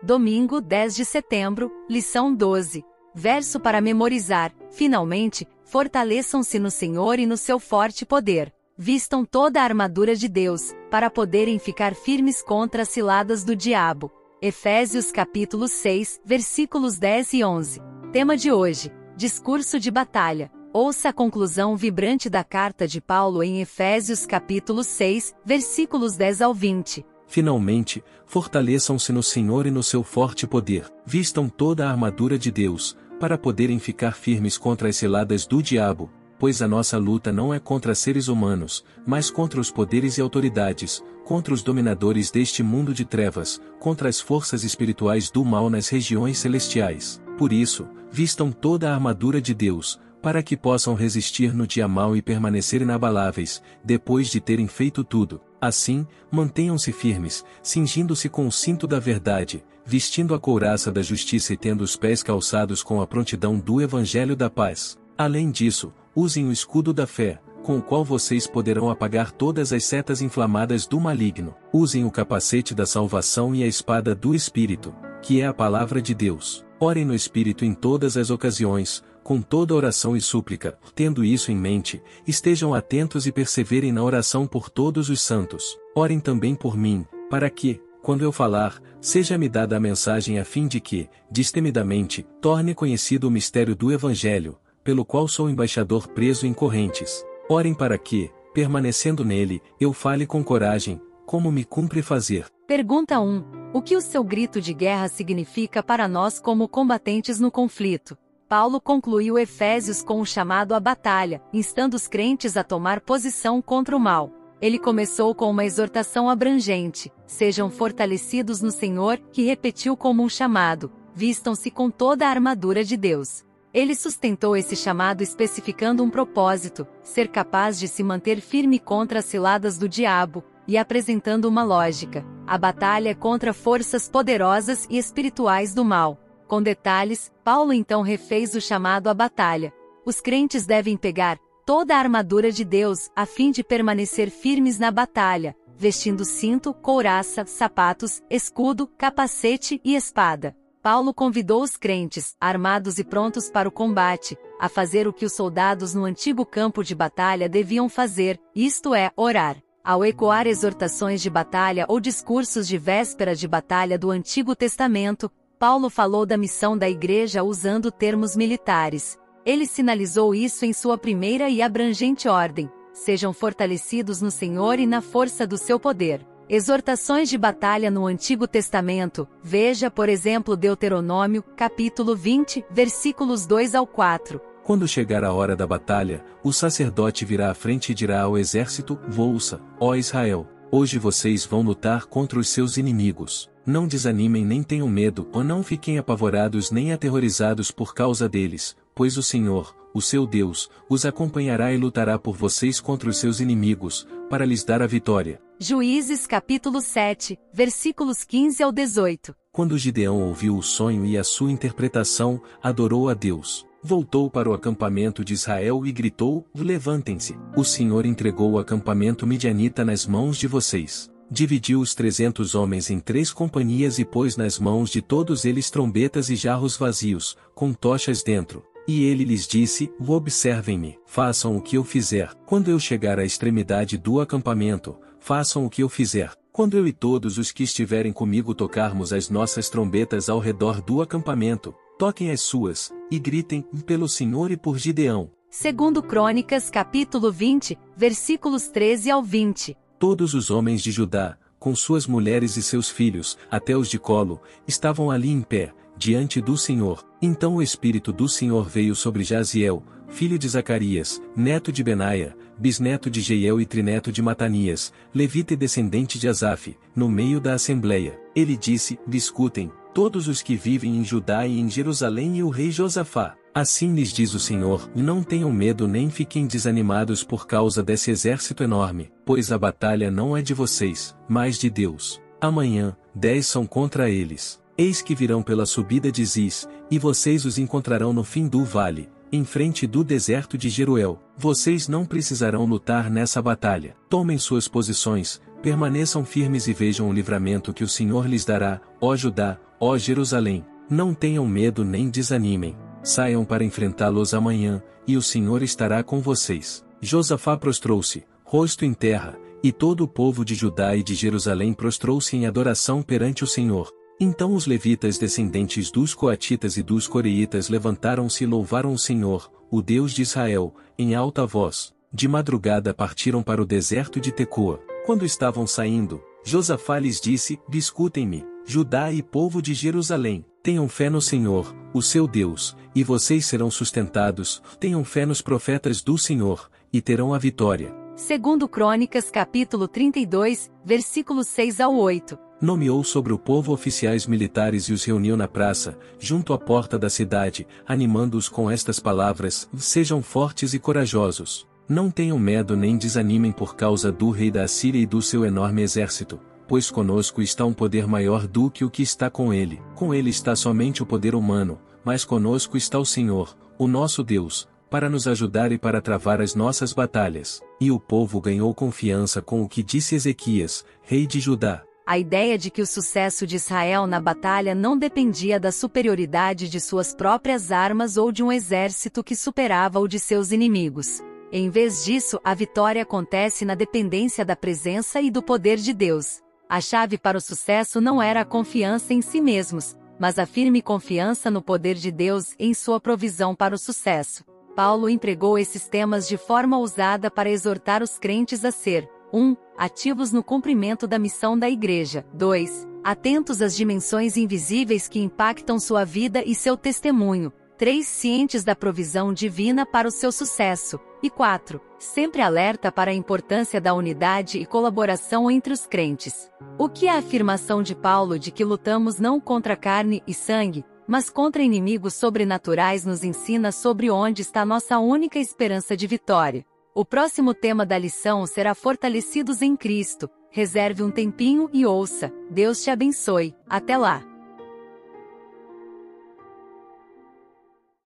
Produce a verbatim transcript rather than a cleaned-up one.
Domingo dez de setembro, lição doze. Verso para memorizar. Finalmente, fortaleçam-se no Senhor e no seu forte poder. Vistam toda a armadura de Deus, para poderem ficar firmes contra as ciladas do diabo. Efésios capítulo seis, versículos dez e onze. Tema de hoje: discurso de batalha. Ouça a conclusão vibrante da carta de Paulo em Efésios capítulo seis, versículos dez ao vinte. Finalmente, fortaleçam-se no Senhor e no seu forte poder. Vistam toda a armadura de Deus, para poderem ficar firmes contra as ciladas do diabo, pois a nossa luta não é contra seres humanos, mas contra os poderes e autoridades, contra os dominadores deste mundo de trevas, contra as forças espirituais do mal nas regiões celestiais. Por isso, vistam toda a armadura de Deus, para que possam resistir no dia mau e permanecer inabaláveis, depois de terem feito tudo. Assim, mantenham-se firmes, cingindo-se com o cinto da verdade, vestindo a couraça da justiça e tendo os pés calçados com a prontidão do Evangelho da paz. Além disso, usem o escudo da fé, com o qual vocês poderão apagar todas as setas inflamadas do maligno. Usem o capacete da salvação e a espada do Espírito, que é a palavra de Deus. Orem no Espírito em todas as ocasiões, com toda oração e súplica. Tendo isso em mente, estejam atentos e perseverem na oração por todos os santos. Orem também por mim, para que, quando eu falar, seja-me dada a mensagem a fim de que, destemidamente, torne conhecido o mistério do Evangelho, pelo qual sou embaixador preso em correntes. Orem para que, permanecendo nele, eu fale com coragem, como me cumpre fazer. Pergunta um. O que o seu grito de guerra significa para nós como combatentes no conflito? Paulo concluiu Efésios com um chamado à batalha, instando os crentes a tomar posição contra o mal. Ele começou com uma exortação abrangente: sejam fortalecidos no Senhor, que repetiu como um chamado: vistam-se com toda a armadura de Deus. Ele sustentou esse chamado especificando um propósito: ser capaz de se manter firme contra as ciladas do diabo, e apresentando uma lógica: a batalha é contra forças poderosas e espirituais do mal. Com detalhes, Paulo então refez o chamado à batalha. Os crentes devem pegar toda a armadura de Deus, a fim de permanecer firmes na batalha, vestindo cinto, couraça, sapatos, escudo, capacete e espada. Paulo convidou os crentes, armados e prontos para o combate, a fazer o que os soldados no antigo campo de batalha deviam fazer, isto é, orar. Ao ecoar exortações de batalha ou discursos de véspera de batalha do Antigo Testamento, Paulo falou da missão da igreja usando termos militares. Ele sinalizou isso em sua primeira e abrangente ordem: sejam fortalecidos no Senhor e na força do seu poder. Exortações de batalha no Antigo Testamento. Veja, por exemplo, Deuteronômio, capítulo vinte, versículos dois ao quatro. Quando chegar a hora da batalha, o sacerdote virá à frente e dirá ao exército: ouça, ó Israel, hoje vocês vão lutar contra os seus inimigos. Não desanimem nem tenham medo, ou não fiquem apavorados nem aterrorizados por causa deles, pois o Senhor, o seu Deus, os acompanhará e lutará por vocês contra os seus inimigos, para lhes dar a vitória. Juízes capítulo sete, versículos quinze ao dezoito. Quando Gideão ouviu o sonho e a sua interpretação, adorou a Deus. Voltou para o acampamento de Israel e gritou: levantem-se, o Senhor entregou o acampamento midianita nas mãos de vocês. Dividiu os trezentos homens em três companhias e pôs nas mãos de todos eles trombetas e jarros vazios, com tochas dentro. E ele lhes disse: observem-me, façam o que eu fizer. Quando eu chegar à extremidade do acampamento, façam o que eu fizer. Quando eu e todos os que estiverem comigo tocarmos as nossas trombetas ao redor do acampamento, toquem as suas, e gritem: pelo Senhor e por Gideão. Segundo Crônicas capítulo vinte, versículos treze ao vinte. Todos os homens de Judá, com suas mulheres e seus filhos, até os de colo, estavam ali em pé, diante do Senhor. Então o Espírito do Senhor veio sobre Jaziel, filho de Zacarias, neto de Benaia, bisneto de Jeiel e trineto de Matanias, levita e descendente de Asaf, no meio da assembleia. Ele disse: escutem, todos os que vivem em Judá e em Jerusalém e o rei Josafá. Assim lhes diz o Senhor: não tenham medo nem fiquem desanimados por causa desse exército enorme, pois a batalha não é de vocês, mas de Deus. Amanhã, dez são contra eles. Eis que virão pela subida de Ziz, e vocês os encontrarão no fim do vale, em frente do deserto de Jeruel. Vocês não precisarão lutar nessa batalha. Tomem suas posições, permaneçam firmes e vejam o livramento que o Senhor lhes dará, ó Judá, ó Jerusalém. Não tenham medo nem desanimem. Saiam para enfrentá-los amanhã, e o Senhor estará com vocês. Josafá prostrou-se, rosto em terra, e todo o povo de Judá e de Jerusalém prostrou-se em adoração perante o Senhor. Então os levitas descendentes dos coatitas e dos coreitas levantaram-se e louvaram o Senhor, o Deus de Israel, em alta voz. De madrugada partiram para o deserto de Tecoa. Quando estavam saindo, Josafá lhes disse: Escutem-me, Judá e povo de Jerusalém, tenham fé no Senhor, o seu Deus, e vocês serão sustentados. Tenham fé nos profetas do Senhor, e terão a vitória. Segundo Crônicas capítulo trinta e dois, versículos seis ao oito. Nomeou sobre o povo oficiais militares e os reuniu na praça, junto à porta da cidade, animando-os com estas palavras: Sejam fortes e corajosos. Não tenham medo nem desanimem por causa do rei da Assíria e do seu enorme exército, pois conosco está um poder maior do que o que está com ele. Com ele está somente o poder humano, mas conosco está o Senhor, o nosso Deus, para nos ajudar e para travar as nossas batalhas. E o povo ganhou confiança com o que disse Ezequias, rei de Judá. A ideia de que o sucesso de Israel na batalha não dependia da superioridade de suas próprias armas ou de um exército que superava o de seus inimigos. Em vez disso, a vitória acontece na dependência da presença e do poder de Deus. A chave para o sucesso não era a confiança em si mesmos, mas a firme confiança no poder de Deus em sua provisão para o sucesso. Paulo empregou esses temas de forma ousada para exortar os crentes a ser: um Ativos no cumprimento da missão da Igreja. dois Atentos às dimensões invisíveis que impactam sua vida e seu testemunho. três Cientes da provisão divina para o seu sucesso. E quatro Sempre alerta para a importância da unidade e colaboração entre os crentes. O que a afirmação de Paulo de que lutamos não contra carne e sangue, mas contra inimigos sobrenaturais nos ensina sobre onde está nossa única esperança de vitória? O próximo tema da lição será Fortalecidos em Cristo. Reserve um tempinho e ouça. Deus te abençoe. Até lá!